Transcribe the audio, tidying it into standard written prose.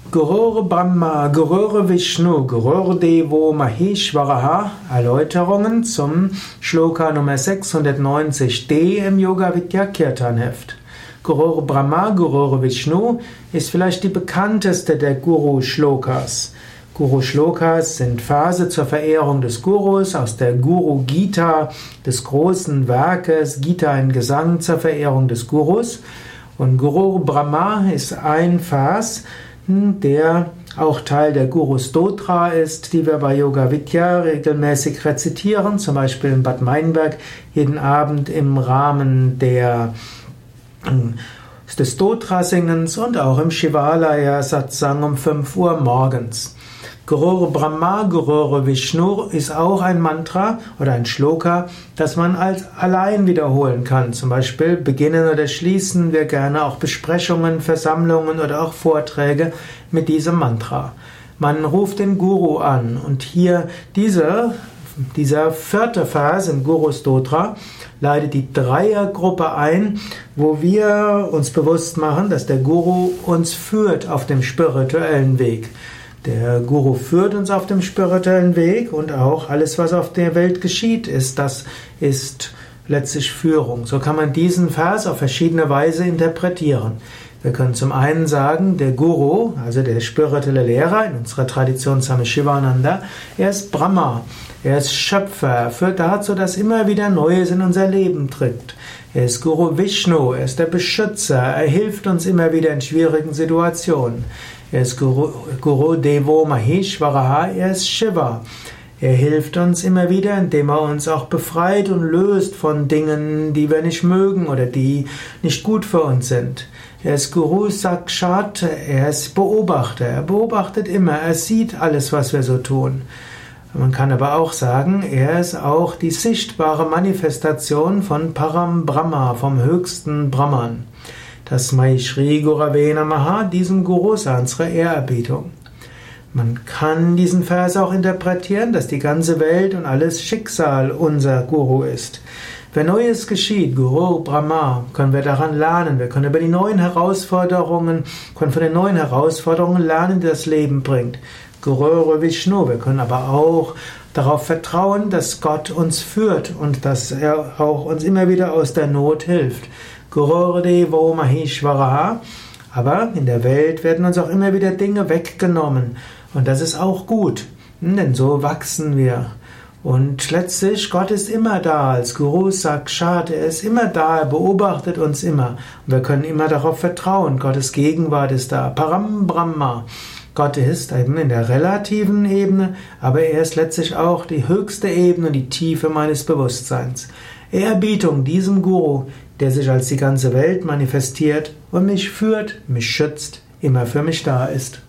Gurur Brahma, Gurur Vishnu, Gurur Devo Maheshwaraha. Erläuterungen zum Shloka Nummer 690d im Yoga Vidya Kirtan Heft. Gurur Brahma, Gurur Vishnu ist vielleicht die bekannteste der Guru-Shlokas. Guru-Shlokas sind Verse zur Verehrung des Gurus aus der Guru-Gita, des großen Werkes Gita, ein Gesang zur Verehrung des Gurus. Und Gurur Brahma ist ein Vers, der auch Teil der Guru-Stotra ist, die wir bei Yoga Vidya regelmäßig rezitieren, zum Beispiel in Bad Meinberg jeden Abend im Rahmen des Stotra-Singens und auch im Shivalaya-Satsang um 5 Uhr morgens. Gurur Brahma, Gurur Vishnu ist auch ein Mantra oder ein Shloka, das man allein wiederholen kann. Zum Beispiel beginnen oder schließen wir gerne auch Besprechungen, Versammlungen oder auch Vorträge mit diesem Mantra. Man ruft den Guru an und hier dieser 4. Vers im Guru-Stotra leitet die Dreiergruppe ein, wo wir uns bewusst machen, dass der Guru uns führt auf dem spirituellen Weg. Der Guru führt uns auf dem spirituellen Weg und auch alles, was auf der Welt geschieht, das ist letztlich Führung. So kann man diesen Vers auf verschiedene Weise interpretieren. Wir können zum einen sagen, der Guru, also der spirituelle Lehrer, in unserer Tradition Swami Shivananda, er ist Brahma, er ist Schöpfer, er führt dazu, dass immer wieder Neues in unser Leben tritt. Er ist Guru Vishnu, er ist der Beschützer, er hilft uns immer wieder in schwierigen Situationen. Er ist Guru Devo Maheshwaraha, er ist Shiva. Er hilft uns immer wieder, indem er uns auch befreit und löst von Dingen, die wir nicht mögen oder die nicht gut für uns sind. Er ist Guru Sakshat, er ist Beobachter. Er beobachtet immer, er sieht alles, was wir so tun. Man kann aber auch sagen, er ist auch die sichtbare Manifestation von Param Brahma, vom höchsten Brahman. Tasmai Shri Gurave Namaha, diesem Guru sei unsere Ehrerbietung. Man kann diesen Vers auch interpretieren, dass die ganze Welt und alles Schicksal unser Guru ist. Wenn Neues geschieht, Guru Brahma, können wir daran lernen. Wir können von den neuen Herausforderungen lernen, die das Leben bringt. Gurur Vishnu, wir können aber auch darauf vertrauen, dass Gott uns führt und dass er auch uns immer wieder aus der Not hilft. Gurur Devo Maheshwaraha. Aber in der Welt werden uns auch immer wieder Dinge weggenommen. Und das ist auch gut, denn so wachsen wir. Und letztlich, Gott ist immer da als Guru Sakshat, er ist immer da, er beobachtet uns immer. Und wir können immer darauf vertrauen, Gottes Gegenwart ist da. Param Brahma. Gott ist eben in der relativen Ebene, aber er ist letztlich auch die höchste Ebene, die Tiefe meines Bewusstseins. Ehrerbietung diesem Guru, der sich als die ganze Welt manifestiert und mich führt, mich schützt, immer für mich da ist.